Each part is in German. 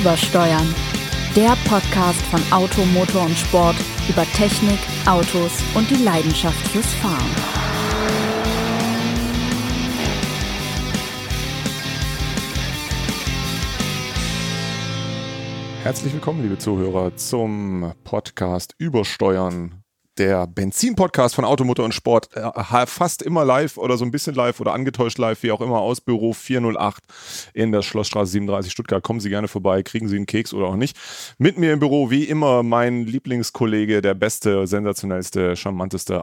Übersteuern. Der Podcast von Auto, Motor und Sport über Technik, Autos und die Leidenschaft fürs Fahren. Herzlich willkommen, liebe Zuhörer, zum Podcast Übersteuern. Der Benzin-Podcast von Auto, Motor und Sport, fast immer live oder so ein bisschen live oder angetäuscht live, wie auch immer, aus Büro 408 in der Schlossstraße 37 Stuttgart. Kommen Sie gerne vorbei, kriegen Sie einen Keks oder auch nicht. Mit mir im Büro, wie immer, mein Lieblingskollege, der beste, sensationellste, charmanteste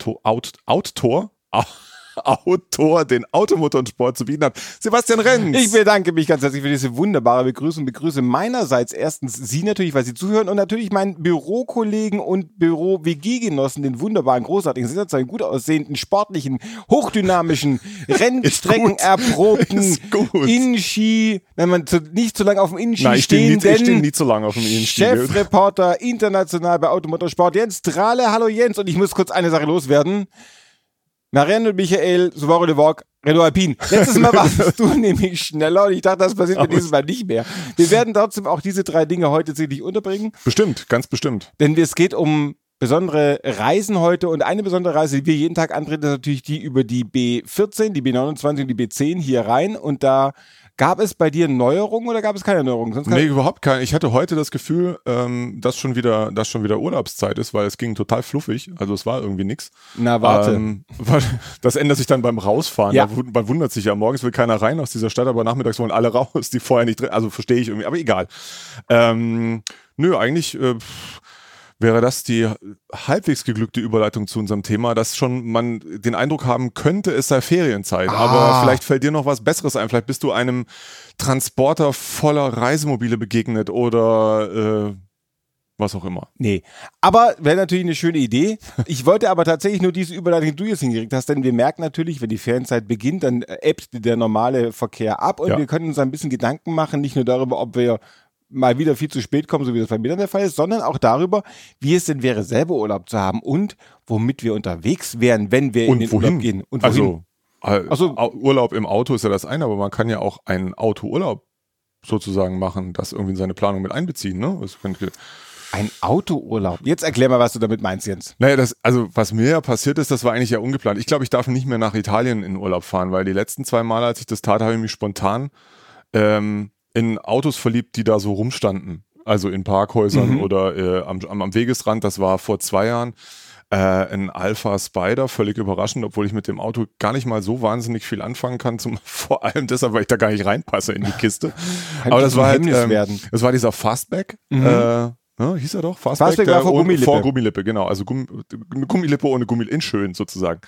Autor, den Automotor und Sport zu bieten hat, Sebastian Renz. Ich bedanke mich ganz herzlich für diese wunderbare Begrüßung. Begrüße meinerseits erstens Sie natürlich, weil Sie zuhören, und natürlich meinen Bürokollegen und Büro-WG-Genossen, den wunderbaren, großartigen, sensationellen, gut aussehenden, sportlichen, hochdynamischen, Rennstrecken erprobten, Innenski, wenn man nicht zu lange auf dem Innenski ich stehe nie zu lange auf dem Innenski. Chefreporter international bei Automotor Sport, Jens Trahle. Hallo Jens, und ich muss kurz eine Sache loswerden. Marianne und Michael, Subaru Levorg, Renault Alpine. Letztes Mal warst du nämlich schneller und ich dachte, das passiert mir dieses Mal nicht mehr. Wir werden trotzdem auch diese drei Dinge heute sicherlich unterbringen. Bestimmt, ganz bestimmt. Denn es geht um besondere Reisen heute, und eine besondere Reise, die wir jeden Tag antreten, ist natürlich die über die B14, die B29 und die B10 hier rein, und da gab es bei dir Neuerungen oder gab es keine Neuerungen? Nee, überhaupt keine. Ich hatte heute das Gefühl, dass schon wieder Urlaubszeit ist, weil es ging total fluffig. Also es war irgendwie nichts. Na, warte. Das ändert sich dann beim Rausfahren. Ja. Man wundert sich ja, morgens will keiner rein aus dieser Stadt, aber nachmittags wollen alle raus, die vorher nicht drin. Also verstehe ich irgendwie, aber egal. Eigentlich wäre das die halbwegs geglückte Überleitung zu unserem Thema, dass schon man den Eindruck haben könnte, es sei Ferienzeit. Aber vielleicht fällt dir noch was Besseres ein. Vielleicht bist du einem Transporter voller Reisemobile begegnet oder was auch immer. Nee, aber wäre natürlich eine schöne Idee. Ich wollte aber tatsächlich nur diese Überleitung, die du jetzt hingekriegt hast, denn wir merken natürlich, wenn die Ferienzeit beginnt, dann ebbt der normale Verkehr ab, und wir können uns ein bisschen Gedanken machen, nicht nur darüber, ob wir mal wieder viel zu spät kommen, so wie das bei mir dann der Fall ist, sondern auch darüber, wie es denn wäre, selber Urlaub zu haben und womit wir unterwegs wären, wenn wir in den Urlaub gehen. Und wohin? Also Urlaub im Auto ist ja das eine, aber man kann ja auch einen Autourlaub sozusagen machen, das irgendwie in seine Planung mit einbeziehen, ne? Ein Autourlaub. Jetzt erklär mal, was du damit meinst, Jens. Naja, was mir ja passiert ist, das war eigentlich ja ungeplant. Ich glaube, ich darf nicht mehr nach Italien in Urlaub fahren, weil die letzten 2 Male, als ich das tat, habe ich mich spontan in Autos verliebt, die da so rumstanden. Also in Parkhäusern oder am Wegesrand. Das war vor 2 Jahren ein Alpha Spider, völlig überraschend, obwohl ich mit dem Auto gar nicht mal so wahnsinnig viel anfangen kann. Vor allem deshalb, weil ich da gar nicht reinpasse in die Kiste. Aber das war halt, das war dieser Fastback. Hieß er doch? Fastback war vor Gummilippe. Vor Gummilippe, genau. Also Gummilippe ohne Gummilippe, in schön sozusagen.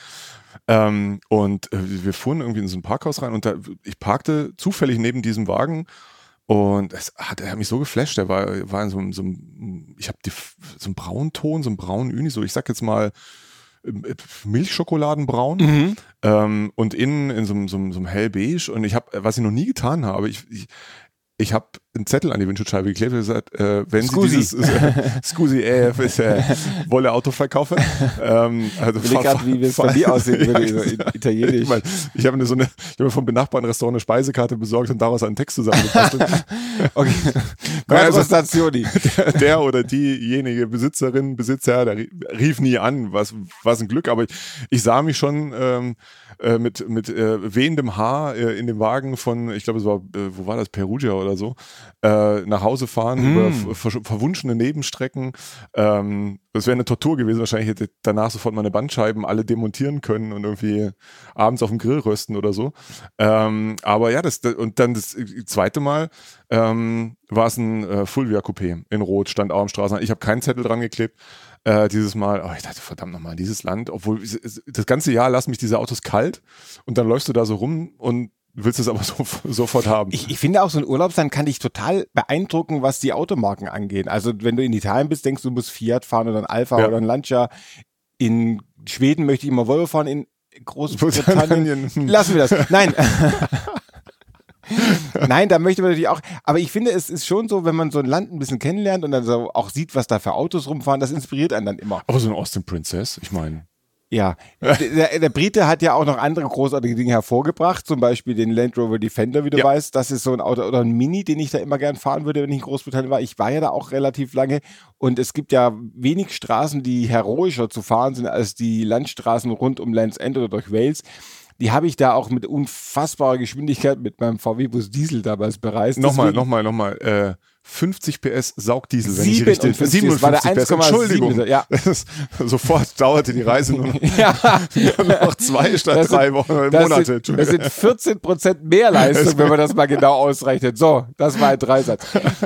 Wir fuhren irgendwie in so ein Parkhaus rein, und ich parkte zufällig neben diesem Wagen, und er hat mich so geflasht. Der war in so einem, ich habe so einen braunen Ton, so einen braunen Uni, so ich sag jetzt mal Milchschokoladenbraun, und innen in so einem hellbeige, und was ich noch nie getan habe, ich habe einen Zettel an die Windschutzscheibe geklebt und gesagt, wenn Sie dieses wolle Auto verkaufen. Ich will gerade, wie es bei dir aussehen würde, italienisch. Ich habe mir vom benachbarten Restaurant eine Speisekarte besorgt und daraus einen Text zusammengebastelt. Okay. Der oder diejenige Besitzerin, Besitzer, der rief nie an, was ein Glück, aber ich sah mich schon mit wehendem Haar in dem Wagen von, ich glaube, es war, wo war das, Perugia oder so, nach Hause fahren über verwunschene Nebenstrecken. Das wäre eine Tortur gewesen. Wahrscheinlich hätte ich danach sofort meine Bandscheiben alle demontieren können und irgendwie abends auf dem Grill rösten oder so. Aber ja, und dann das zweite Mal war es ein Fulvia Coupé in Rot, stand auch am Straßenrand. Ich habe keinen Zettel dran geklebt. Dieses Mal, ich dachte, verdammt nochmal, dieses Land, obwohl das ganze Jahr lassen mich diese Autos kalt, und dann läufst du da so rum und willst es aber sofort haben. Ich finde auch, so ein Urlaubsland kann dich total beeindrucken, was die Automarken angeht. Also wenn du in Italien bist, denkst du musst Fiat fahren oder ein Alfa oder ein Lancia. In Schweden möchte ich immer Volvo fahren, in Großbritannien lassen wir das. Nein. Nein, da möchte man natürlich auch, aber ich finde, es ist schon so, wenn man so ein Land ein bisschen kennenlernt und dann so auch sieht, was da für Autos rumfahren, das inspiriert einen dann immer. Aber so ein Austin Princess, ich meine. Ja, der Brite hat ja auch noch andere großartige Dinge hervorgebracht, zum Beispiel den Land Rover Defender, wie du weißt. Das ist so ein Auto oder ein Mini, den ich da immer gern fahren würde, wenn ich in Großbritannien war. Ich war ja da auch relativ lange und es gibt ja wenig Straßen, die heroischer zu fahren sind als die Landstraßen rund um Land's End oder durch Wales. Die habe ich da auch mit unfassbarer Geschwindigkeit mit meinem VW-Bus Diesel damals bereist. Nochmal. 50 PS Saugdiesel, wenn ich 57 war der 1,7. Entschuldigung. Ja. Sofort dauerte die Reise nur ja. noch 2 statt 3 Wochen oder Monate. Das sind 14% mehr Leistung, wenn man das mal genau ausrechnet. So, das war ein Dreisatz.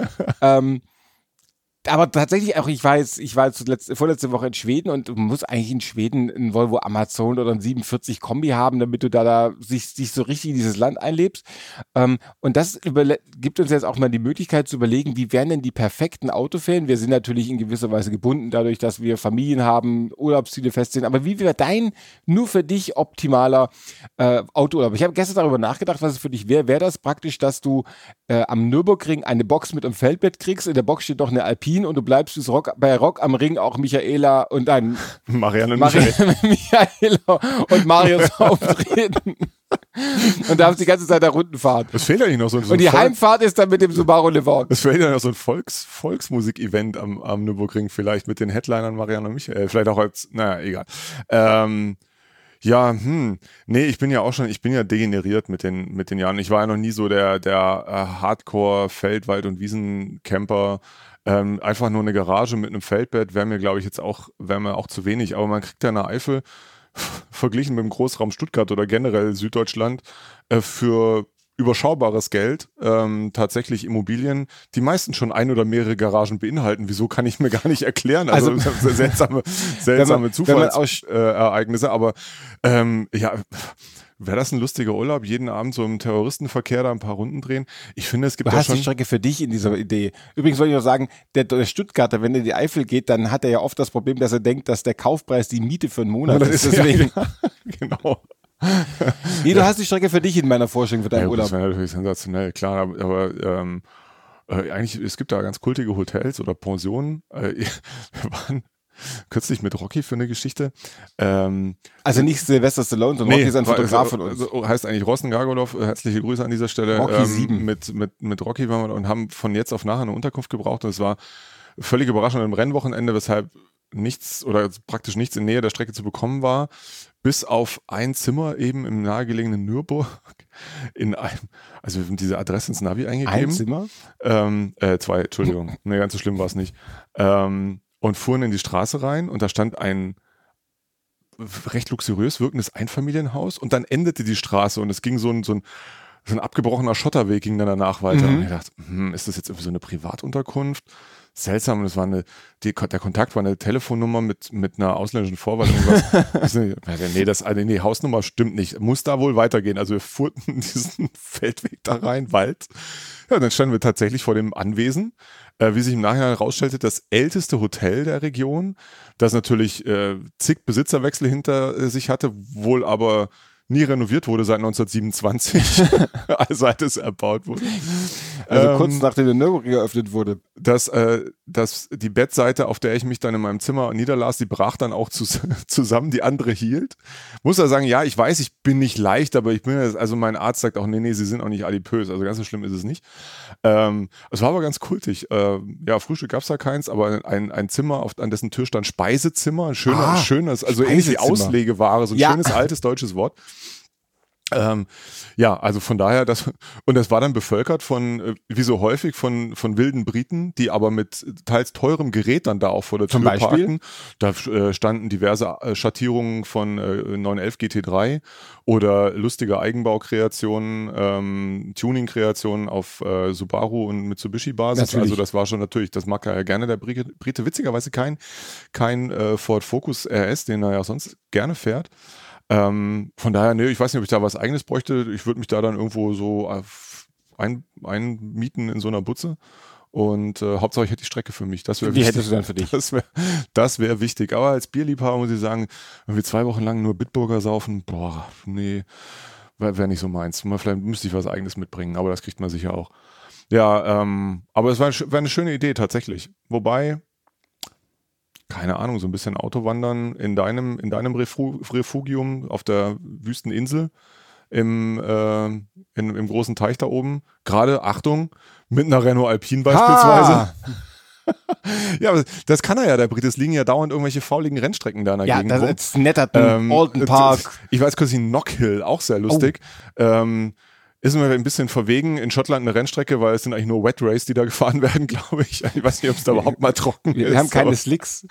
Aber tatsächlich auch, ich war jetzt vorletzte Woche in Schweden und du musst eigentlich in Schweden einen Volvo Amazon oder einen 47 Kombi haben, damit du da sich so richtig in dieses Land einlebst. Und das gibt uns jetzt auch mal die Möglichkeit zu überlegen, wie wären denn die perfekten Autoferien? Wir sind natürlich in gewisser Weise gebunden dadurch, dass wir Familien haben, Urlaubsziele festsehen. Aber wie wäre dein nur für dich optimaler Autourlaub? Ich habe gestern darüber nachgedacht, was es für dich wäre. Wäre das praktisch, dass du am Nürburgring eine Box mit einem Feldbett kriegst, in der Box steht noch eine Alpine und du bleibst bei Rock am Ring auch Michaela und ein Michaela und Marius auftreten. Und darfst die ganze Zeit da Runden fahren. Es fehlt ja nicht noch so ein und die Heimfahrt ist dann mit dem Subaru Levorg. Es fehlt ja noch so ein Volksmusik-Event am Nürburgring vielleicht mit den Headlinern Marianne und Michael. Vielleicht auch als, naja, egal. Nee, ich bin ja degeneriert mit den Jahren. Ich war ja noch nie so der Hardcore Feldwald- und Wiesencamper. Einfach nur eine Garage mit einem Feldbett wäre mir, glaube ich, wäre mir auch zu wenig. Aber man kriegt ja in der Eifel verglichen mit dem Großraum Stuttgart oder generell Süddeutschland für überschaubares Geld tatsächlich Immobilien, die meistens schon ein oder mehrere Garagen beinhalten. Wieso, kann ich mir gar nicht erklären. Also seltsame Zufallsereignisse. Aber wäre das ein lustiger Urlaub? Jeden Abend so im Terroristenverkehr da ein paar Runden drehen? Ich finde, es gibt Du hast die Strecke für dich in dieser Idee. Übrigens wollte ich noch sagen, der Stuttgarter, wenn er in die Eifel geht, dann hat er ja oft das Problem, dass er denkt, dass der Kaufpreis die Miete für einen Monat ist. Deswegen. Ja, genau. Nee, du hast die Strecke für dich in meiner Vorstellung für deinen Urlaub. Das wäre natürlich sensationell, klar, aber eigentlich, es gibt da ganz kultige Hotels oder Pensionen. Wir waren kürzlich mit Rocky für eine Geschichte. Also nicht Sylvester Stallone, sondern Rocky ist ein Fotograf von uns. Heißt eigentlich Rosten Gargolov, herzliche Grüße an dieser Stelle. Rocky 7. Mit Rocky waren wir und haben von jetzt auf nachher eine Unterkunft gebraucht und es war völlig überraschend am Rennwochenende, weshalb nichts oder praktisch nichts in Nähe der Strecke zu bekommen war, bis auf ein Zimmer eben im nahegelegenen Nürburg also diese Adresse ins Navi eingegeben. Ein Zimmer? 2, Entschuldigung. Nee, ganz so schlimm war es nicht. Und fuhren in die Straße rein und da stand ein recht luxuriös wirkendes Einfamilienhaus und dann endete die Straße und es ging so ein abgebrochener Schotterweg ging dann danach weiter. Und ich dachte, ist das jetzt irgendwie so eine Privatunterkunft? Seltsam, und es war der Kontakt war eine Telefonnummer mit einer ausländischen Vorwahl. Nee, Hausnummer stimmt nicht. Muss da wohl weitergehen. Also wir fuhrten diesen Feldweg da rein, Wald. Ja, dann standen wir tatsächlich vor dem Anwesen. Wie sich im Nachhinein herausstellte, das älteste Hotel der Region, das natürlich zig Besitzerwechsel hinter sich hatte, wohl aber nie renoviert wurde seit 1927, seit es erbaut wurde. Also kurz nachdem der Nürburgring geöffnet wurde. Dass die Bettseite, auf der ich mich dann in meinem Zimmer niederlas, die brach dann auch zusammen, die andere hielt. Muss er sagen, ja, ich weiß, ich bin nicht leicht, aber also mein Arzt sagt auch, nee, sie sind auch nicht adipös, also ganz so schlimm ist es nicht. Es war aber ganz kultig. Frühstück gab es da keins, aber ein Zimmer, an dessen Tür stand Speisezimmer, ein schönes, also ähnlich wie Auslegeware, so ein schönes altes deutsches Wort. Also von daher, das war dann bevölkert von, wie so häufig, von wilden Briten, die aber mit teils teurem Gerät dann da auch vor der Tür parkten. Da standen diverse Schattierungen von 911 GT3 oder lustige Eigenbaukreationen, Tuning-Kreationen auf Subaru und Mitsubishi-Basis. Natürlich. Also das war schon natürlich, das mag ja gerne der Brite. Witzigerweise kein Ford Focus RS, den er ja sonst gerne fährt. Von daher, ich weiß nicht, ob ich da was Eigenes bräuchte. Ich würde mich da dann irgendwo so einmieten in so einer Butze und Hauptsache ich hätte die Strecke für mich. Das wäre wichtig. Hättest du dann für dich? Das wäre wichtig. Aber als Bierliebhaber muss ich sagen, wenn wir 2 Wochen lang nur Bitburger saufen, nee, wäre nicht so meins. Vielleicht müsste ich was Eigenes mitbringen, aber das kriegt man sicher auch. Ja, aber es war eine schöne Idee tatsächlich. Wobei, keine Ahnung, so ein bisschen Autowandern in deinem Refugium auf der Wüsteninsel im großen Teich da oben. Gerade, Achtung, mit einer Renault Alpine beispielsweise. Ja, aber das kann er ja, der Brit. Es liegen ja dauernd irgendwelche fauligen Rennstrecken da in der Gegend rum. Ja, das ist Netterton, Alton Park. Ich weiß quasi Knockhill, auch sehr lustig. Ist mir ein bisschen verwegen. In Schottland eine Rennstrecke, weil es sind eigentlich nur Wet Race, die da gefahren werden, glaube ich. Ich weiß nicht, ob es da überhaupt mal trocken ist. Wir haben keine Slicks.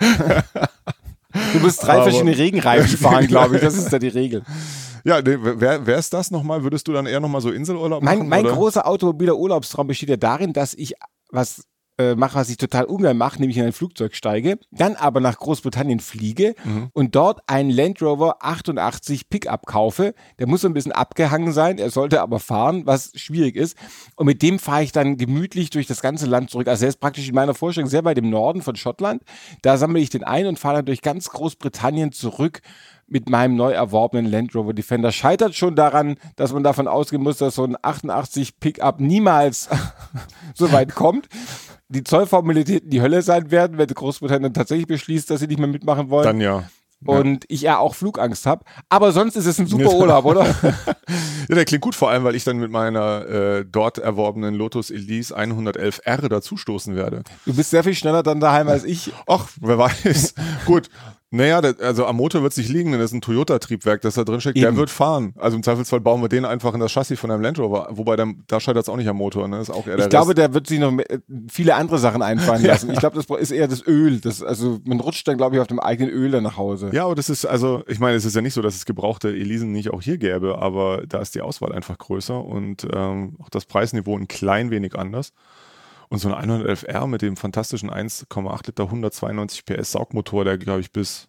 Du musst 3 verschiedene Regenreifen fahren, glaube ich. Das ist da die Regel. Ja, wer ist das nochmal? Würdest du dann eher nochmal so Inselurlaub machen? Mein großer automobiler Urlaubstraum besteht ja darin, dass ich was ich total ungern mache, nämlich in ein Flugzeug steige, dann aber nach Großbritannien fliege und dort einen Land Rover 88 Pickup kaufe. Der muss so ein bisschen abgehangen sein, er sollte aber fahren, was schwierig ist. Und mit dem fahre ich dann gemütlich durch das ganze Land zurück. Also er ist praktisch in meiner Vorstellung sehr weit im Norden von Schottland. Da sammle ich den ein und fahre dann durch ganz Großbritannien zurück mit meinem neu erworbenen Land Rover Defender. Scheitert schon daran, dass man davon ausgehen muss, dass so ein 88 Pickup niemals so weit kommt. Die Zollformalitäten die Hölle sein werden, wenn Großbritannien tatsächlich beschließt, dass sie nicht mehr mitmachen wollen. Dann ja. Und ich ja auch Flugangst habe. Aber sonst ist es ein super Urlaub, oder? Ja, der klingt gut, vor allem, weil ich dann mit meiner dort erworbenen Lotus Elise 111R dazustoßen werde. Du bist sehr viel schneller dann daheim als ich. Ach, wer weiß. Gut. Naja, also am Motor wird es nicht liegen, denn das ist ein Toyota-Triebwerk, das da drin steckt. Der wird fahren. Also im Zweifelsfall bauen wir den einfach in das Chassis von einem Land Rover. Wobei, da scheitert es auch nicht am Motor. Ne? Das ist auch eher der Ich glaube, der wird sich noch viele andere Sachen einfallen lassen. Ich glaube, das ist eher das Öl. Also man rutscht dann, glaube ich, auf dem eigenen Öl dann nach Hause. Ja, aber das ist, also ich meine, es ist ja nicht so, dass es gebrauchte Elisen nicht auch hier gäbe, aber da ist die Auswahl einfach größer und auch das Preisniveau ein klein wenig anders. Und so ein 111R mit dem fantastischen 1,8 Liter 192 PS Saugmotor, der, glaube ich, bis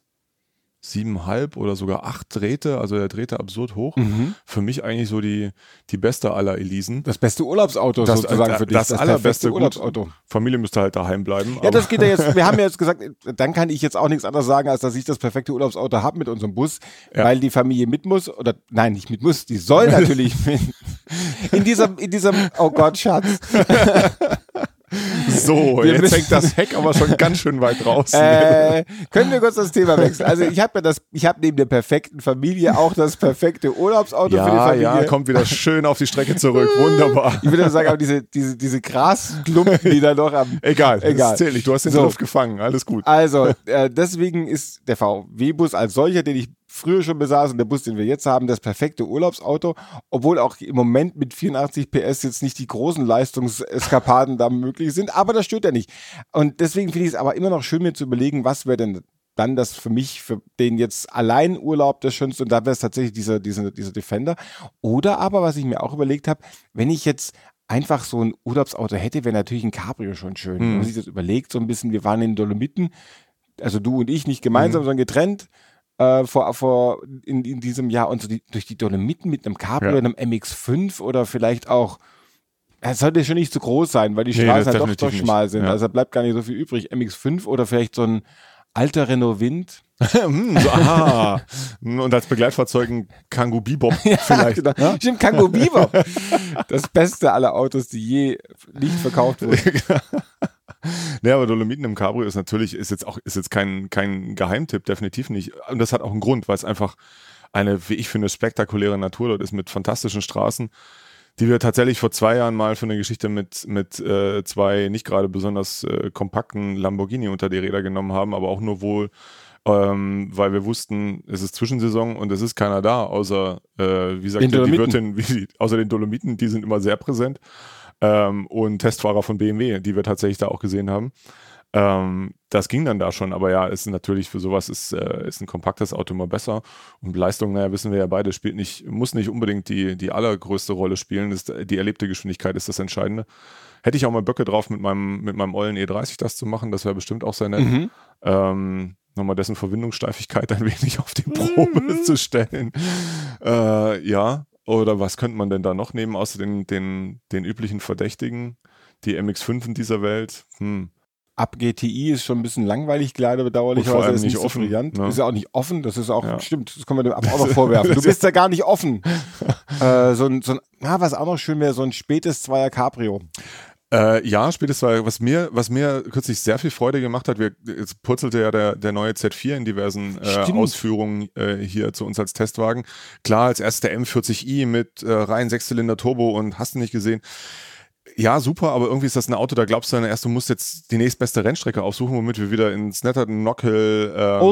7,5 oder sogar 8 drehte, also der drehte absurd hoch. Für mich eigentlich so die beste aller Elisen. Das beste Urlaubsauto sozusagen für dich. Das allerbeste Urlaubsauto. Familie müsste halt daheim bleiben. Ja, das geht ja jetzt, wir haben ja jetzt gesagt, dann kann ich jetzt auch nichts anderes sagen, als dass ich das perfekte Urlaubsauto habe mit unserem Bus, weil die Familie mit muss, oder nein, nicht mit muss, die soll natürlich mit. In diesem, oh Gott, Schatz. So, jetzt hängt das Heck aber schon ganz schön weit raus. Können wir kurz das Thema wechseln? Also ich habe neben der perfekten Familie auch das perfekte Urlaubsauto für die Familie. Ja, kommt wieder schön auf die Strecke zurück. Wunderbar. Ich würde sagen, aber diese Grasklumpen, die da noch am... Egal. Das zählt nicht. Du hast den Luft gefangen. Alles gut. Also, deswegen ist der VW-Bus als solcher, den ich früher schon besaß und der Bus, den wir jetzt haben, das perfekte Urlaubsauto, obwohl auch im Moment mit 84 PS jetzt nicht die großen Leistungseskapaden da möglich sind, aber das stört ja nicht. Und deswegen finde ich es aber immer noch schön, mir zu überlegen, was wäre denn dann das für mich, für den jetzt allein Urlaub das Schönste, und da wäre es tatsächlich dieser Defender. Oder aber, was ich mir auch überlegt habe, wenn ich jetzt einfach so ein Urlaubsauto hätte, wäre natürlich ein Cabrio schon schön. Wenn man sich das überlegt, so ein bisschen, wir waren in den Dolomiten, also du und ich nicht gemeinsam, sondern getrennt, in diesem Jahr und so durch die Dolomiten mit einem Cabrio, einem MX-5 oder vielleicht auch, es sollte schon nicht zu groß sein, weil die Straßen halt doch schmal sind, also da bleibt gar nicht so viel übrig. MX-5 oder vielleicht so ein alter Renault Wind. Und als Begleitfahrzeug ein Kangoo Bebop vielleicht. Genau. Ja? Stimmt, Kangoo Bebop. Das Beste aller Autos, die je nicht verkauft wurden. Ja, aber Dolomiten im Cabrio ist jetzt kein Geheimtipp, definitiv nicht. Und das hat auch einen Grund, weil es einfach eine, wie ich finde, spektakuläre Natur dort ist mit fantastischen Straßen, die wir tatsächlich vor 2 Jahren mal für eine Geschichte mit 2 nicht gerade besonders kompakten Lamborghini unter die Räder genommen haben, aber auch nur wohl, weil wir wussten, es ist Zwischensaison und es ist keiner da, außer, wie sagt die Wirtin, außer den Dolomiten, die sind immer sehr präsent. Und Testfahrer von BMW, die wir tatsächlich da auch gesehen haben. Das ging dann da schon, aber ja, ist natürlich für sowas ist ein kompaktes Auto immer besser. Und Leistung, naja, wissen wir ja beide, muss nicht unbedingt die allergrößte Rolle spielen. Die erlebte Geschwindigkeit ist das Entscheidende. Hätte ich auch mal Böcke drauf, mit meinem ollen E30 das zu machen, das wäre bestimmt auch sehr nett. Nochmal dessen Verwindungssteifigkeit ein wenig auf die Probe zu stellen. Ja. Oder was könnte man denn da noch nehmen, außer den üblichen Verdächtigen? Die MX-5 in dieser Welt? Ab GTI ist schon ein bisschen langweilig, leider bedauerlicherweise. Ist nicht offen. Brillant. Ne? Ist ja auch nicht offen, das ist auch, stimmt, das können wir dem auch noch vorwerfen. Du bist ja gar nicht offen. Was auch noch schön wäre, so ein spätes Zweier Cabrio. Ja, spätestens, was mir kürzlich sehr viel Freude gemacht hat, jetzt purzelte ja der neue Z4 in diversen Ausführungen hier zu uns als Testwagen. Klar, als erster der M40i mit rein 6-Zylinder Turbo und hast du nicht gesehen. Ja, super, aber irgendwie ist das ein Auto, da glaubst du dann erst, du musst jetzt die nächstbeste Rennstrecke aussuchen, womit wir wieder in Snetterton, Knockhill,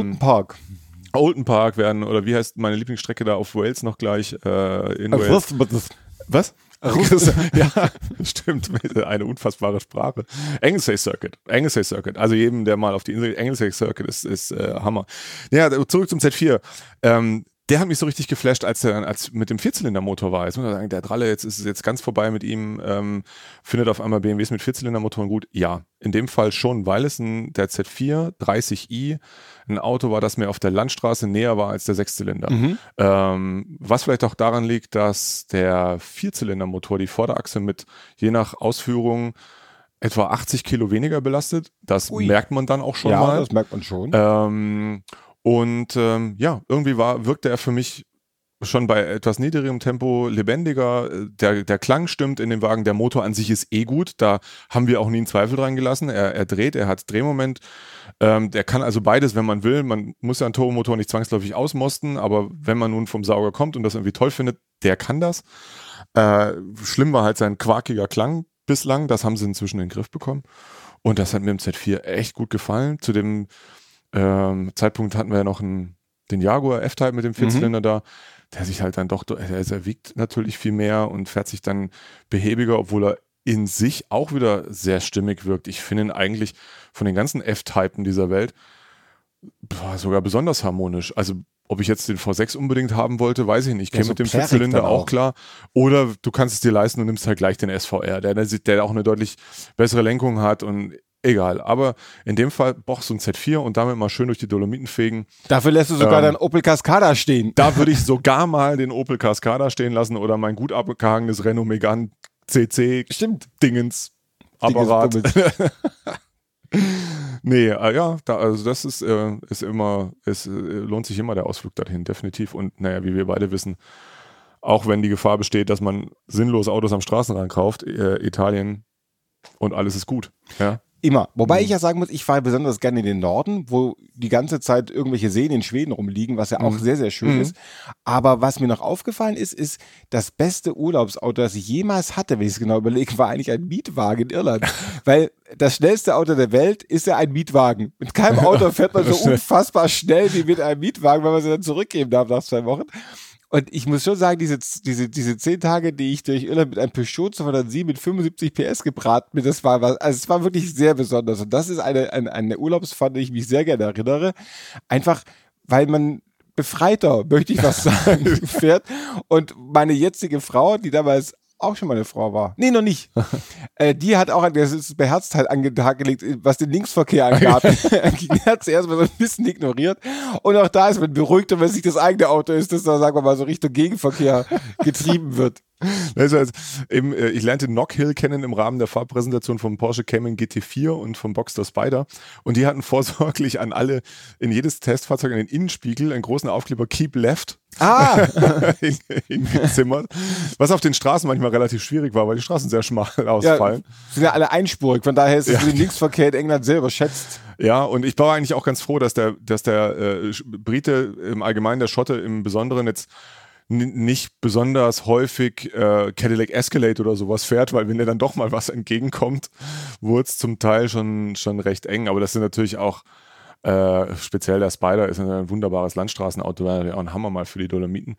Oulton Park werden, oder wie heißt meine Lieblingsstrecke da auf Wales noch gleich? In Wales. Was? Ja, stimmt. Eine unfassbare Sprache. Anglesey Circuit. Also jedem, der mal auf die Insel Anglesey Circuit ist Hammer. Ja, zurück zum Z4. Der hat mich so richtig geflasht, als mit dem Vierzylindermotor war. Jetzt muss man sagen, der Dralle, jetzt ist es jetzt ganz vorbei mit ihm, findet auf einmal BMWs mit Vierzylindermotoren gut. Ja, in dem Fall schon, weil es der Z4 30i ein Auto war, das mir auf der Landstraße näher war als der Sechszylinder. Was vielleicht auch daran liegt, dass der Vierzylindermotor die Vorderachse mit je nach Ausführung etwa 80 Kilo weniger belastet. Das merkt man dann auch schon mal. Ja, das merkt man schon. Irgendwie wirkte er für mich schon bei etwas niedrigerem Tempo lebendiger. Der Klang stimmt in dem Wagen, der Motor an sich ist gut. Da haben wir auch nie einen Zweifel dran gelassen. Er dreht, er hat Drehmoment. Der kann also beides, wenn man will. Man muss ja einen Turbomotor nicht zwangsläufig ausmosten, aber wenn man nun vom Sauger kommt und das irgendwie toll findet, der kann das. Schlimm war halt sein quakiger Klang bislang. Das haben sie inzwischen in den Griff bekommen. Und das hat mir im Z4 echt gut gefallen. Zu dem Zeitpunkt hatten wir ja noch den Jaguar F-Type mit dem Vierzylinder da, der sich halt dann doch, er wiegt natürlich viel mehr und fährt sich dann behäbiger, obwohl er in sich auch wieder sehr stimmig wirkt. Ich finde ihn eigentlich von den ganzen F-Typen dieser Welt sogar besonders harmonisch. Also ob ich jetzt den V6 unbedingt haben wollte, weiß ich nicht. Ich käme mit dem Vierzylinder auch klar. Oder du kannst es dir leisten und nimmst halt gleich den SVR, der auch eine deutlich bessere Lenkung hat und egal, aber in dem Fall so ein Z4 und damit mal schön durch die Dolomiten fegen. Dafür lässt du sogar deinen Opel Cascada stehen. Da würde ich sogar mal den Opel Cascada stehen lassen oder mein gut abgehangenes Renault Megane CC Dingens Apparat. Nee, also das ist immer, es lohnt sich immer der Ausflug dahin, definitiv. Und naja, wie wir beide wissen, auch wenn die Gefahr besteht, dass man sinnlos Autos am Straßenrand kauft, Italien und alles ist gut. Ja. Immer. Wobei ich ja sagen muss, ich fahre besonders gerne in den Norden, wo die ganze Zeit irgendwelche Seen in Schweden rumliegen, was ja auch sehr, sehr schön ist. Aber was mir noch aufgefallen ist das beste Urlaubsauto, das ich jemals hatte, wenn ich es genau überlege, war eigentlich ein Mietwagen in Irland. Weil das schnellste Auto der Welt ist ja ein Mietwagen. Mit keinem Auto fährt man so unfassbar schnell wie mit einem Mietwagen, weil man sie dann zurückgeben darf nach 2 Wochen. Und ich muss schon sagen, diese 10 Tage, die ich durch Irland mit einem Peugeot 207 mit 75 PS gebraten bin, es war wirklich sehr besonders. Und das ist eine Urlaubsfahrt, die ich mich sehr gerne erinnere. Einfach, weil man befreiter, möchte ich was sagen, fährt. Und meine jetzige Frau, die damals auch schon meine Frau war. Nee, noch nicht. Die hat auch das Beherzteil an den Tag gelegt, was den Linksverkehr angab. Die hat sie erstmal so ein bisschen ignoriert. Und auch da ist man beruhigt, wenn es nicht das eigene Auto ist, das da, sagen wir mal, so Richtung Gegenverkehr getrieben wird. Ich lernte Knockhill kennen im Rahmen der Fahrpräsentation vom Porsche Cayman GT4 und vom Boxster Spider. Und die hatten vorsorglich in jedes Testfahrzeug in den Innenspiegel einen großen Aufkleber Keep Left hingezimmert. Was auf den Straßen manchmal relativ schwierig war, weil die Straßen sehr schmal ausfallen. Ja, sind ja alle einspurig, von daher ist es den Linksverkehr in England selber schätzt. Ja, und ich war eigentlich auch ganz froh, dass der Brite im Allgemeinen, der Schotte im Besonderen jetzt nicht besonders häufig Cadillac Escalade oder sowas fährt, weil wenn dir dann doch mal was entgegenkommt, wurde es zum Teil schon recht eng. Aber das sind natürlich auch speziell der Spider ist ein wunderbares Landstraßenauto, wäre ja auch ein Hammer mal für die Dolomiten,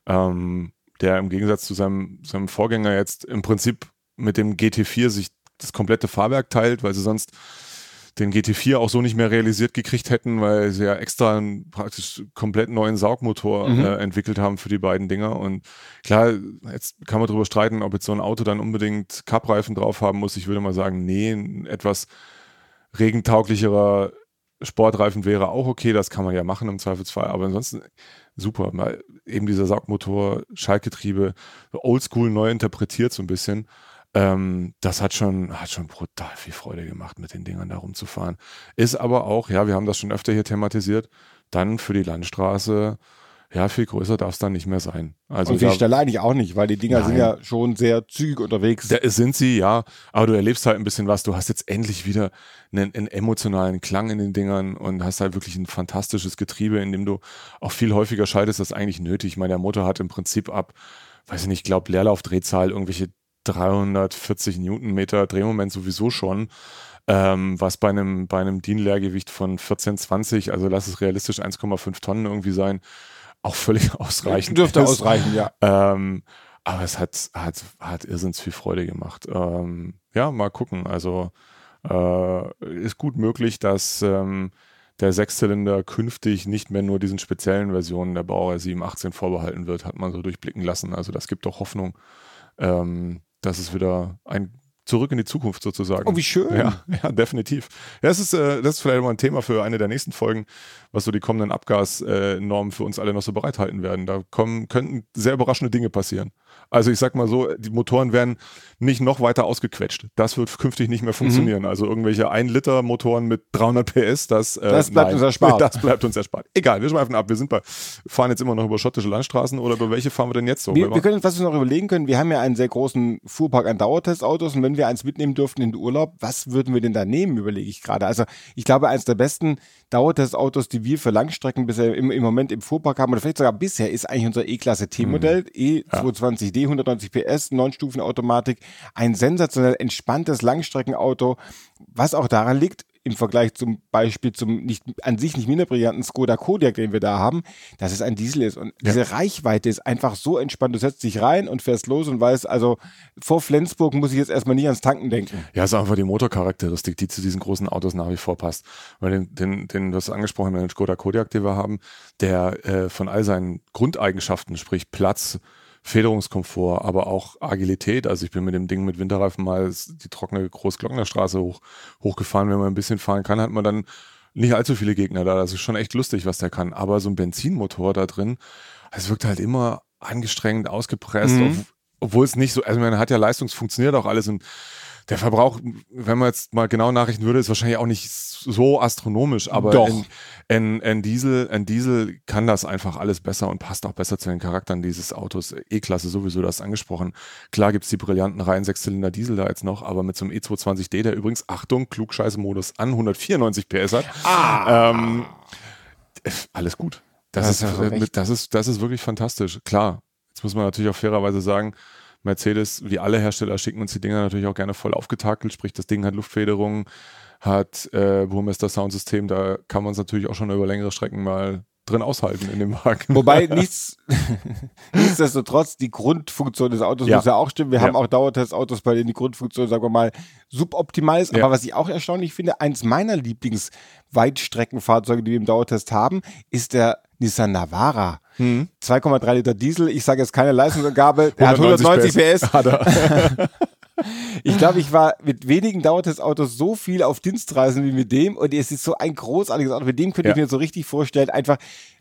der im Gegensatz zu seinem Vorgänger jetzt im Prinzip mit dem GT4 sich das komplette Fahrwerk teilt, weil sie sonst den GT4 auch so nicht mehr realisiert gekriegt hätten, weil sie ja extra einen praktisch komplett neuen Saugmotor entwickelt haben für die beiden Dinger. Und klar, jetzt kann man darüber streiten, ob jetzt so ein Auto dann unbedingt Cup-Reifen drauf haben muss. Ich würde mal sagen, nee, ein etwas regentauglicherer Sportreifen wäre auch okay, das kann man ja machen im Zweifelsfall, aber ansonsten super, mal eben dieser Saugmotor, Schaltgetriebe, oldschool neu interpretiert so ein bisschen. Das hat schon brutal viel Freude gemacht, mit den Dingern da rumzufahren. Ist aber auch, ja, wir haben das schon öfter hier thematisiert, dann für die Landstraße Ja, viel größer darf es dann nicht mehr sein. Also und viel schneller eigentlich auch nicht, weil die Dinger sind ja schon sehr zügig unterwegs. Sind sie, ja, aber du erlebst halt ein bisschen was. Du hast jetzt endlich wieder einen emotionalen Klang in den Dingern und hast halt wirklich ein fantastisches Getriebe, in dem du auch viel häufiger schaltest, als eigentlich nötig. Ich meine, der Motor hat im Prinzip ab, weiß ich nicht, ich glaube Leerlaufdrehzahl irgendwelche 340 Newtonmeter Drehmoment sowieso schon. Was bei einem DIN-Leergewicht von 14,20, also lass es realistisch 1,5 Tonnen irgendwie sein, auch völlig ausreichend. Dürfte ausreichen, ja. Aber es hat irrsinnig viel Freude gemacht. Ja, mal gucken. Also ist gut möglich, dass der Sechszylinder künftig nicht mehr nur diesen speziellen Versionen der Baureihe 718 vorbehalten wird, hat man so durchblicken lassen. Also das gibt doch Hoffnung, dass es wieder ein Zurück in die Zukunft sozusagen. Oh, wie schön. Ja, definitiv. Ja, das ist vielleicht mal ein Thema für eine der nächsten Folgen, was so die kommenden Abgasnormen für uns alle noch so bereithalten werden. Da könnten sehr überraschende Dinge passieren. Also ich sag mal so, die Motoren werden nicht noch weiter ausgequetscht. Das wird künftig nicht mehr funktionieren. Also irgendwelche 1-Liter-Motoren mit 300 PS, das bleibt uns erspart. Das bleibt uns erspart. Egal, wir schweifen ab. Wir fahren jetzt immer noch über schottische Landstraßen oder über welche fahren wir denn jetzt so? Wir können uns, was wir noch überlegen können, wir haben ja einen sehr großen Fuhrpark an Dauertestautos und wenn wir eins mitnehmen dürften in den Urlaub, was würden wir denn da nehmen, überlege ich gerade. Also ich glaube, eines der besten Dauertestautos, die wir für Langstrecken bisher im Moment im Fuhrpark haben oder vielleicht sogar bisher, ist eigentlich unser E-Klasse T-Modell, E220D, 190 PS, 9-Stufen-Automatik, ein sensationell entspanntes Langstreckenauto, was auch daran liegt, im Vergleich zum Beispiel zum an sich nicht minder brillanten Skoda Kodiaq, den wir da haben, dass es ein Diesel ist. Und diese Reichweite ist einfach so entspannt. Du setzt dich rein und fährst los und weißt, also vor Flensburg muss ich jetzt erstmal nicht ans Tanken denken. Ja, ist einfach die Motorcharakteristik, die zu diesen großen Autos nach wie vor passt. Weil den du hast angesprochen, den Skoda Kodiaq, den wir haben, der von all seinen Grundeigenschaften, sprich Platz, Federungskomfort, aber auch Agilität. Also ich bin mit dem Ding mit Winterreifen mal die trockene Großglocknerstraße hochgefahren. Wenn man ein bisschen fahren kann, hat man dann nicht allzu viele Gegner da. Das ist schon echt lustig, was der kann. Aber so ein Benzinmotor da drin, es wirkt halt immer angestrengt, ausgepresst, obwohl es nicht so, also man hat ja funktioniert auch alles und der Verbrauch, wenn man jetzt mal genau nachrechnen würde, ist wahrscheinlich auch nicht so astronomisch, aber ein Diesel kann das einfach alles besser und passt auch besser zu den Charakteren dieses Autos. E-Klasse sowieso, das angresprochen. Klar gibt's die brillanten Reihen 6-Zylinder Diesel da jetzt noch, aber mit so einem E220D, der übrigens, Achtung, Klugscheiße-Modus an, 194 PS hat. Alles gut. Das ist wirklich fantastisch. Klar, jetzt muss man natürlich auch fairerweise sagen, Mercedes, wie alle Hersteller, schicken uns die Dinger natürlich auch gerne voll aufgetakelt, sprich das Ding hat Luftfederung, hat Burmester Soundsystem, da kann man es natürlich auch schon über längere Strecken mal drin aushalten in dem Wagen. Wobei nichtsdestotrotz die Grundfunktion des Autos muss ja auch stimmen. Wir haben auch Dauertestautos, bei denen die Grundfunktion, sagen wir mal, suboptimal ist. Aber was ich auch erstaunlich finde, eins meiner Lieblingsweitstreckenfahrzeuge, die wir im Dauertest haben, ist der Nissan Navara. 2,3 Liter Diesel, ich sage jetzt keine Leistungsangabe, er hat 190 PS. Hat er. Ich glaube, ich war mit wenigen Dauertestautos so viel auf Dienstreisen wie mit dem und es ist so ein großartiges Auto. Mit dem könnte ich mir so richtig vorstellen, einfach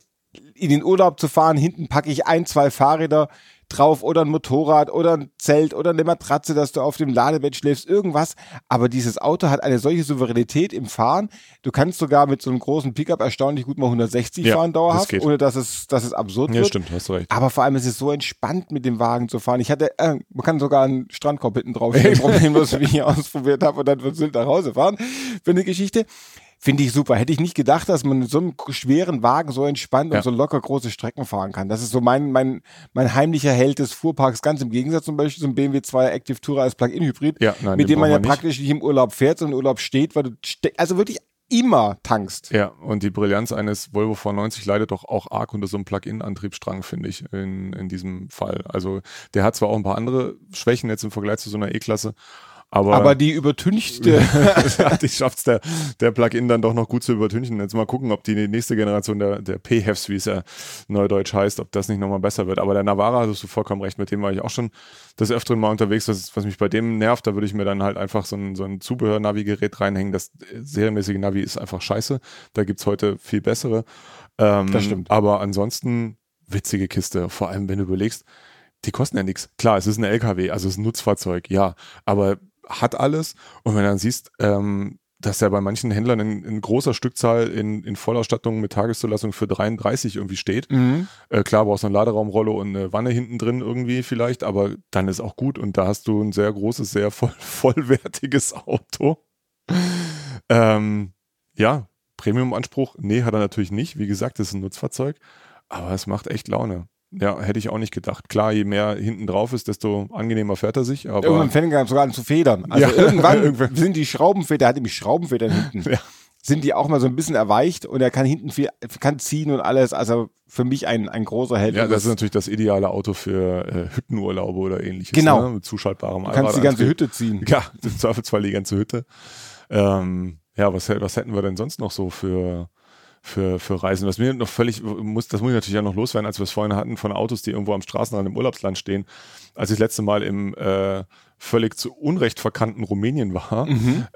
in den Urlaub zu fahren, hinten packe ich 1-2 Fahrräder drauf oder ein Motorrad oder ein Zelt oder eine Matratze, dass du auf dem Ladebett schläfst, irgendwas. Aber dieses Auto hat eine solche Souveränität im Fahren. Du kannst sogar mit so einem großen Pickup erstaunlich gut mal 160 fahren dauerhaft, ohne dass es absurd wird. Ja, stimmt, hast du recht. Aber vor allem ist es so entspannt, mit dem Wagen zu fahren. Man kann sogar einen Strandkorb hinten draufstellen, problemlos, wie ich hier ausprobiert habe und dann von Sylt nach Hause fahren. Für eine Geschichte. Finde ich super. Hätte ich nicht gedacht, dass man mit so einem schweren Wagen so entspannt und so locker große Strecken fahren kann. Das ist so mein heimlicher Held des Fuhrparks, ganz im Gegensatz zum Beispiel zum BMW 2 Active Tourer als Plug-in-Hybrid, mit dem man ja praktisch nicht im Urlaub fährt, sondern im Urlaub steht, weil du also wirklich immer tankst. Ja, und die Brillanz eines Volvo V90 leidet doch auch arg unter so einem Plug-in-Antriebsstrang, finde ich, in diesem Fall. Also der hat zwar auch ein paar andere Schwächen jetzt im Vergleich zu so einer E-Klasse, aber die übertünchte. Die schafft's der Plug-in dann doch noch gut zu übertünchen. Jetzt mal gucken, ob die nächste Generation der PHEVs, wie es ja neudeutsch heißt, ob das nicht nochmal besser wird. Aber der Navara, hattest du vollkommen recht, mit dem war ich auch schon des Öfteren mal unterwegs. Was mich bei dem nervt, da würde ich mir dann halt einfach so ein Zubehör-Navi-Gerät reinhängen. Das serienmäßige Navi ist einfach scheiße. Da gibt's heute viel bessere. Das stimmt. Aber ansonsten witzige Kiste. Vor allem, wenn du überlegst, die kosten ja nichts. Klar, es ist ein LKW, also es ist ein Nutzfahrzeug, ja. Aber hat alles. Und wenn du dann siehst, dass der bei manchen Händlern in großer Stückzahl in Vollausstattung mit Tageszulassung für 33 irgendwie steht. Klar, brauchst du eine Laderaumrolle und eine Wanne hinten drin irgendwie vielleicht, aber dann ist auch gut und da hast du ein sehr großes, sehr vollwertiges Auto. Ja, Premium-Anspruch, nee, hat er natürlich nicht. Wie gesagt, das ist ein Nutzfahrzeug, aber es macht echt Laune. Ja, hätte ich auch nicht gedacht. Klar, je mehr hinten drauf ist, desto angenehmer fährt er sich. Aber irgendwann fängt er sogar an zu federn. Also ja, irgendwann sind die Schraubenfeder, er hat nämlich Schraubenfedern hinten, sind die auch mal so ein bisschen erweicht und er kann hinten kann ziehen und alles. Also für mich ein großer Held. Ja, das ist natürlich das ideale Auto für Hüttenurlaube oder ähnliches. Genau. Ne? Mit zuschaltbarem Allrad. Du kannst die ganze Hütte ziehen. Ja, im Zweifelsfall die ganze Hütte. Ja, was hätten wir denn sonst noch so für Reisen? Was mir noch das muss ich natürlich auch noch loswerden, als wir es vorhin hatten, von Autos, die irgendwo am Straßenrand im Urlaubsland stehen. Als ich das letzte Mal im völlig zu Unrecht verkannten Rumänien war,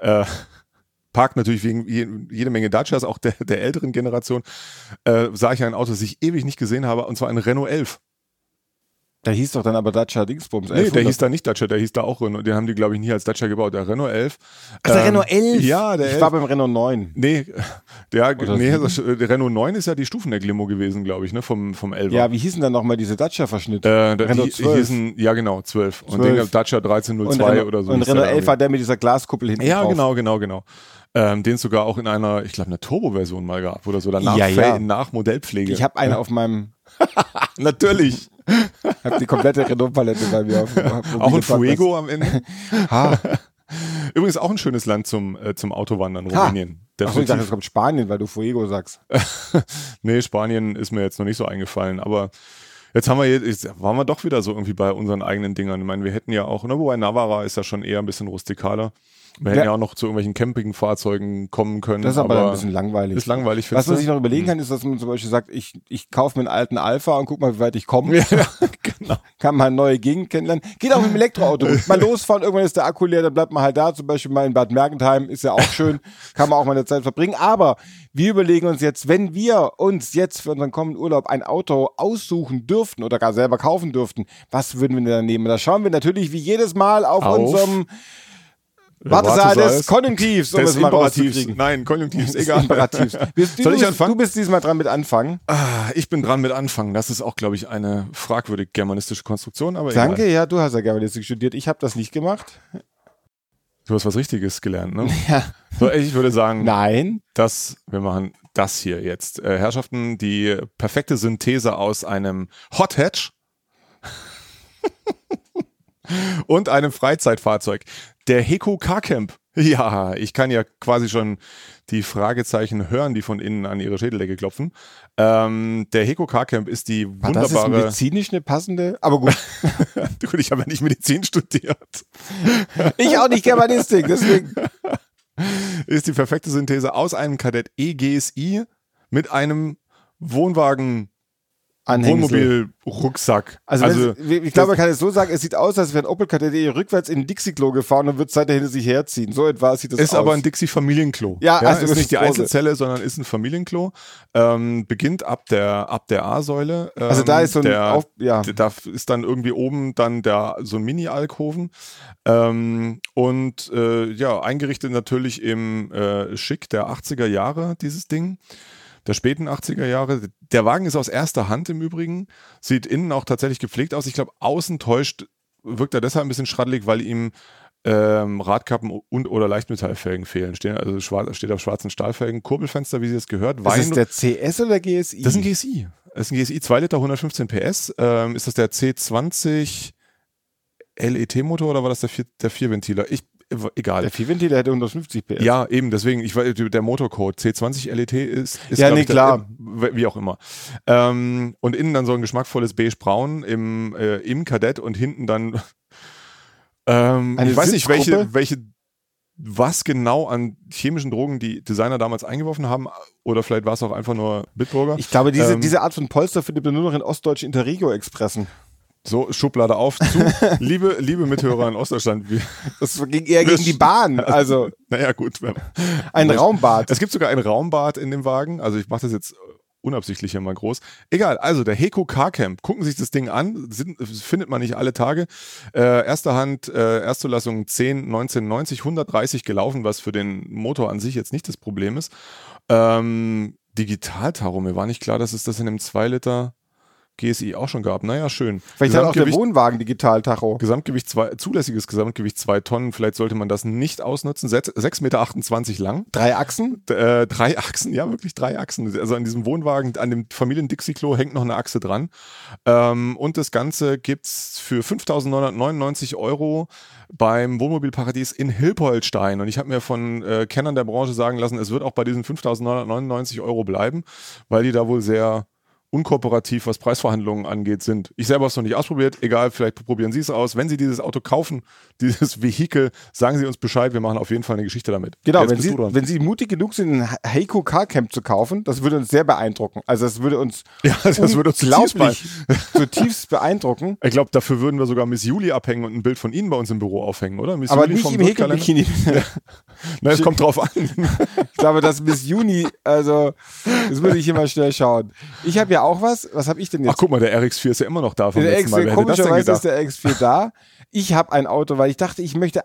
parkt natürlich wegen jede Menge Dacias, auch der älteren Generation, sah ich ein Auto, das ich ewig nicht gesehen habe, und zwar ein Renault 11. Der hieß doch dann aber Dacia Dingsbums. Nee, der hieß da nicht Dacia, der hieß da auch Renault. Den haben die, glaube ich, nie als Dacia gebaut. Der Renault 11. Also der Renault 11? Ja, der 11. Ich war beim Renault 9. Nee, der Renault 9 ist ja die Stufenheck-Limo gewesen, glaube ich, ne, vom 11. Ja, wie hießen dann nochmal diese Dacia-Verschnitte? Renault 12. Ja, genau, 12. Und den Dacia 1302 oder so. Und Renault 11 war der mit dieser Glaskuppel hinten drauf. Ja, genau. Den es sogar auch in einer, ich glaube, einer Turbo-Version mal gab oder so. Nach Modellpflege. Ich habe eine auf meinem... Natürlich. Ich habe die komplette Renault-Palette bei mir auf auch ein Fuego am Ende. Übrigens auch ein schönes Land zum Autowandern, Rumänien. Achso, ich dachte, es kommt Spanien, weil du Fuego sagst. Nee, Spanien ist mir jetzt noch nicht so eingefallen, aber jetzt waren wir doch wieder so irgendwie bei unseren eigenen Dingern. Ich meine, wir hätten ja auch, wobei Navarra ist ja schon eher ein bisschen rustikaler. Wir hätten ja auch noch zu irgendwelchen Campingfahrzeugen kommen können. Das ist aber ein bisschen langweilig. Ist langweilig. Was man sich noch überlegen kann, ist, dass man zum Beispiel sagt, ich kaufe mir einen alten Alpha und guck mal, wie weit ich komme. Ja, genau. Kann mal neue Gegend kennenlernen. Geht auch mit dem Elektroauto. Mal losfahren, irgendwann ist der Akku leer, dann bleibt man halt da. Zum Beispiel mal in Bad Mergentheim, ist ja auch schön. Kann man auch mal eine Zeit verbringen. Aber wir überlegen uns jetzt, wenn wir uns jetzt für unseren kommenden Urlaub ein Auto aussuchen dürften oder gar selber kaufen dürften, was würden wir denn da nehmen? Da schauen wir natürlich wie jedes Mal auf unserem Wartesaal des Konjunktivs, um es mal rauszukriegen. Nein, Konjunktivs, egal. Soll ich anfangen? Du bist diesmal dran mit Anfangen. Ich bin dran mit Anfangen. Das ist auch, glaube ich, eine fragwürdig germanistische Konstruktion. Aber danke, ja, du hast ja Germanistik studiert. Ich habe das nicht gemacht. Du hast was Richtiges gelernt, ne? Ja. So, ich würde sagen, nein. Wir machen das hier jetzt. Herrschaften, die perfekte Synthese aus einem Hot Hatch und einem Freizeitfahrzeug. Der Heco Carcamp. Ja, ich kann ja quasi schon die Fragezeichen hören, die von innen an ihre Schädeldecke klopfen. Der Heco Carcamp ist die wunderbare... Das ist medizinisch eine passende... Aber gut. Gut, ich habe ja nicht Medizin studiert. Ich auch nicht Germanistik, deswegen... Ist die perfekte Synthese aus einem Kadett E-GSI mit einem Wohnmobil-Rucksack. Also ich glaube, man kann es so sagen, es sieht aus, als wäre ein Opel Kadett rückwärts in ein Dixie-Klo gefahren und wird seither hinter sich herziehen. So etwa sieht das aus. Ist aber ein Dixie-Familienklo. Ja, also ist nicht die Einzelzelle, sondern ist ein Familienklo. Beginnt ab der A-Säule. Also da ist so da ist dann irgendwie oben dann so ein Mini-Alkoven. Eingerichtet natürlich im Schick der 80er Jahre, dieses Ding. Der späten 80er Jahre. Der Wagen ist aus erster Hand im Übrigen. Sieht innen auch tatsächlich gepflegt aus. Ich glaube, außen wirkt er deshalb ein bisschen schraddelig, weil ihm Radkappen und oder Leichtmetallfelgen fehlen. Steht auf schwarzen Stahlfelgen. Kurbelfenster, wie sie es gehört. Ist das der CS oder der GSI? Das ist ein GSI. Das ist ein GSI, 2 Liter, 115 PS. Ist das der C20 LET-Motor oder war das der Vierventiler? Egal. Der Vierventiler hätte 150 PS. Ja, eben, deswegen, der Motorcode C20 LET ist ja, nee, klar. Wie auch immer. Und innen dann so ein geschmackvolles Beige-Braun im Kadett und hinten dann ich weiß nicht, was genau an chemischen Drogen die Designer damals eingeworfen haben, oder vielleicht war es auch einfach nur Bitburger. Ich glaube, diese Art von Polster findet man nur noch in ostdeutschen Interregio-Expressen. So, Schublade auf, zu. Liebe Mithörer in Ostdeutschland. Das ging eher gegen die Bahn, also. Naja, gut. Ein Raumbad. Es gibt sogar ein Raumbad in dem Wagen, also ich mache das jetzt unabsichtlich hier mal groß. Egal, also der Heco Car Camp. Gucken Sie sich das Ding an. Findet man nicht alle Tage. Erster Hand, Erstzulassung 10/1990, 130 gelaufen, was für den Motor an sich jetzt nicht das Problem ist. Digitaltacho, mir war nicht klar, dass es das in einem 2 Liter GSI auch schon gab. Naja, schön. Vielleicht hat auch der Wohnwagen Digitaltacho. Zulässiges Gesamtgewicht 2 Tonnen. Vielleicht sollte man das nicht ausnutzen. 6,28 Meter lang. 3 Achsen? 3 Achsen, ja, wirklich 3 Achsen. Also an diesem Wohnwagen, an dem Familien-Dixie-Klo hängt noch eine Achse dran. Und das Ganze gibt's für 5.999 € beim Wohnmobilparadies in Hilpoltstein. Und ich habe mir von Kennern der Branche sagen lassen, es wird auch bei diesen 5.999 € bleiben, weil die da wohl sehr unkooperativ, was Preisverhandlungen angeht, sind. Ich selber habe es noch nicht ausprobiert. Egal, vielleicht probieren Sie es aus. Wenn Sie dieses Auto kaufen, dieses Vehikel, sagen Sie uns Bescheid. Wir machen auf jeden Fall eine Geschichte damit. Genau, wenn Sie mutig genug sind, ein Heco Car Camp zu kaufen, das würde uns sehr beeindrucken. Also das würde uns zutiefst beeindrucken. Ich glaube, dafür würden wir sogar Miss Juli abhängen und ein Bild von Ihnen bei uns im Büro aufhängen, oder? Miss Aber Juli nicht vom im Heco-Bikini. Na, es kommt drauf an. Ich glaube, das Miss Juni, also das würde ich immer schnell schauen. Ich habe ja auch was habe ich denn jetzt? Ach, guck mal, der RX4 ist ja immer noch da vom letzten Mal. Wer hätte das denn komischerweise gedacht? ist der RX4 da. Ich habe ein Auto, weil ich dachte, ich möchte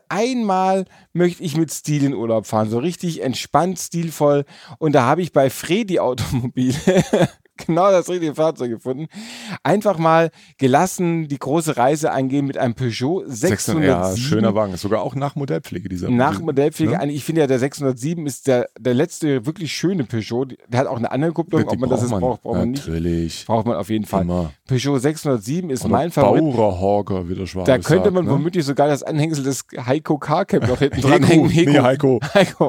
mit Stil in Urlaub fahren. So richtig entspannt, stilvoll. Und da habe ich bei Fredi Automobile genau das richtige Fahrzeug gefunden. Einfach mal gelassen die große Reise eingehen mit einem Peugeot 607. Ja, schöner Wagen. Ist sogar auch nach Modellpflege dieser. Nach Modellpflege. Ne? Ich finde ja, der 607 ist der letzte wirklich schöne Peugeot. Der hat auch eine Anhängerkupplung. Ob man das jetzt braucht man nicht. Natürlich. Braucht man auf jeden Fall. Immer. Peugeot 607 ist Oder mein Favorit. Bauerhorger, wie der Schwabe Da könnte man sagt, ne? womöglich sogar das Anhängsel des Heiko Car Camp noch hinten dran hängen. Heiko.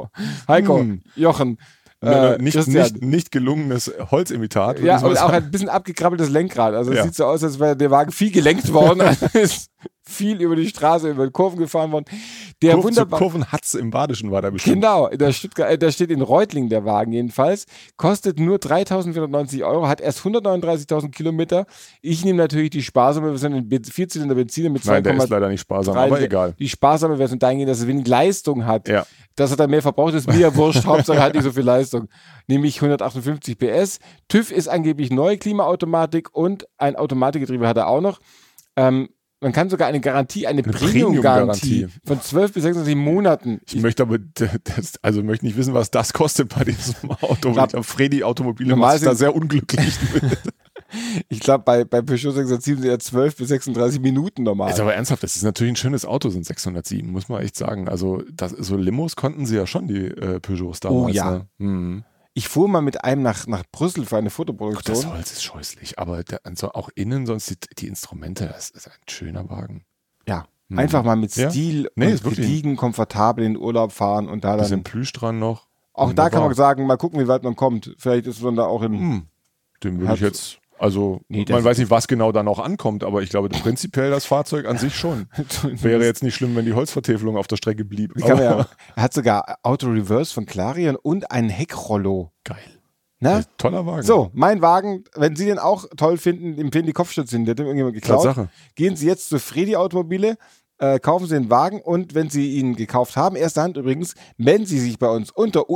Jochen. Nicht gelungenes Holzimitat. Ja, und auch ein bisschen abgekrabbeltes Lenkrad. Also es Ja. sieht so aus, als wäre der Wagen viel gelenkt worden. Also ist viel über die Straße, über die Kurven gefahren worden. Der wunderbar. Kurvenhatz im Badischen war da bestimmt. Genau, da steht in Reutlingen der Wagen jedenfalls. Kostet nur 3.490 €, hat erst 139.000 Kilometer. Ich nehme natürlich die sparsame Version, den 4-Zylinder Benziner mit 2,3. Nein, der ist leider nicht sparsam, aber egal. Die sparsame Version dahingehend, dass es wenig Leistung hat. Ja. Dass er dann mehr verbraucht, ist mir ja wurscht. Hauptsache hat nicht so viel Leistung. Nämlich 158 PS. TÜV ist angeblich neue Klimaautomatik und ein Automatikgetriebe hat er auch noch. Man kann sogar eine Premium-Garantie von 12 bis 26 Monaten. Ich möchte aber möchte nicht wissen, was das kostet bei diesem Auto. Ich glaube, Fredi Automobile macht da sehr unglücklich. Ich glaube, bei Peugeot 607 sind ja 12 bis 36 Minuten normal. Ist aber ernsthaft, das ist natürlich ein schönes Auto, sind 607, muss man echt sagen. Also so Limos konnten sie ja schon, die Peugeots damals. Oh ja. Ne? Mhm. Ich fuhr mal mit einem nach Brüssel für eine Fotoproduktion. Gut, das Holz ist scheußlich, aber auch innen sonst die Instrumente, das ist ein schöner Wagen. Ja, einfach mal mit Stil und gediegen, komfortabel in den Urlaub fahren und da dann... Bisschen Plüsch dran noch. Auch da kann man sagen, mal gucken, wie weit man kommt. Vielleicht ist man da auch im... Den würde ich jetzt... Also, man weiß nicht, was genau da noch ankommt, aber ich glaube prinzipiell das Fahrzeug an sich schon. Wäre jetzt nicht schlimm, wenn die Holzvertäfelung auf der Strecke blieb. Er hat sogar Auto-Reverse von Clarion und einen Heckrollo. Geil. Na? Toller Wagen. So, mein Wagen, wenn Sie den auch toll finden, empfehlen die Kopfstützen, der hat irgendjemand geklaut. Tatsache. Gehen Sie jetzt zu Fredi Automobile, kaufen Sie den Wagen und wenn Sie ihn gekauft haben, erste Hand übrigens, melden Sie sich bei uns unter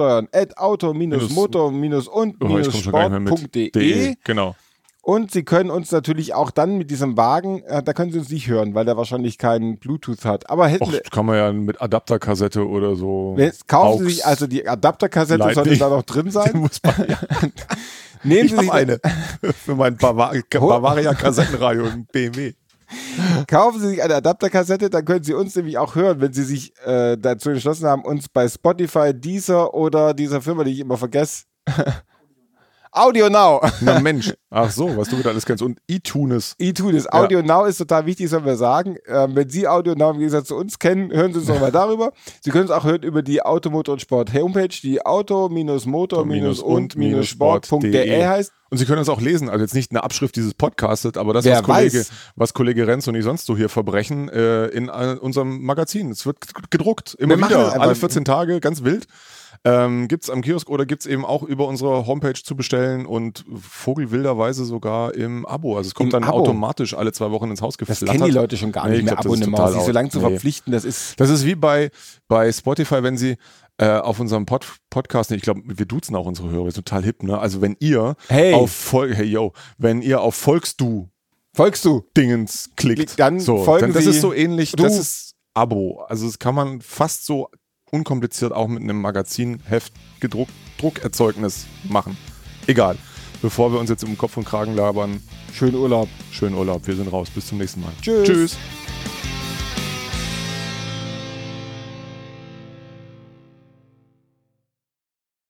uebersteuern@auto-motor-und-sport.de. Genau. Und Sie können uns natürlich auch dann mit diesem Wagen, da können Sie uns nicht hören, weil der wahrscheinlich keinen Bluetooth hat. Aber kann man ja mit Adapterkassette oder so. Kaufen Sie sich also die Adapterkassette, sollte da noch drin sein. Nehmen Sie sich eine für mein Bavaria Kassettenradio im BMW. Kaufen Sie sich eine Adapterkassette, dann können Sie uns nämlich auch hören, wenn Sie sich dazu entschlossen haben, uns bei Spotify, Deezer oder dieser Firma, die ich immer vergesse, Audio Now. Na Mensch. Ach so, was du wieder alles kennst. Und iTunes. Audio Now ist total wichtig, sollen wir sagen. Wenn Sie Audio Now im Gegensatz zu uns kennen, hören Sie uns nochmal darüber. Sie können es auch hören über die Automotor und Sport Homepage, die auto-motor-und-sport.de heißt. Und Sie können es auch lesen, also jetzt nicht eine Abschrift dieses Podcasts, aber das, was Kollege Renz und ich sonst so hier verbrechen, in unserem Magazin. Es wird gedruckt, immer wieder, alle 14 Tage, ganz wild. Gibt's am Kiosk oder gibt's eben auch über unsere Homepage zu bestellen und vogelwilderweise sogar im Abo. Also es kommt dann automatisch alle 2 Wochen ins Haus geflattert. Das kennen die Leute schon gar nicht mehr, Abonnement, sich so lange zu verpflichten. Das ist wie bei Spotify, wenn Sie auf unserem Podcast, ich glaube, wir duzen auch unsere Hörer, ist total hip, ne? Also wenn ihr wenn ihr auf Folgst du Dingens klickt, dann folgen das Sie ist so ähnlich, du. das ist Abo. Also das kann man fast so unkompliziert auch mit einem Magazinheft Druckerzeugnis machen. Egal. Bevor wir uns jetzt um Kopf und Kragen labern. Schönen Urlaub. Schönen Urlaub. Wir sind raus. Bis zum nächsten Mal. Tschüss.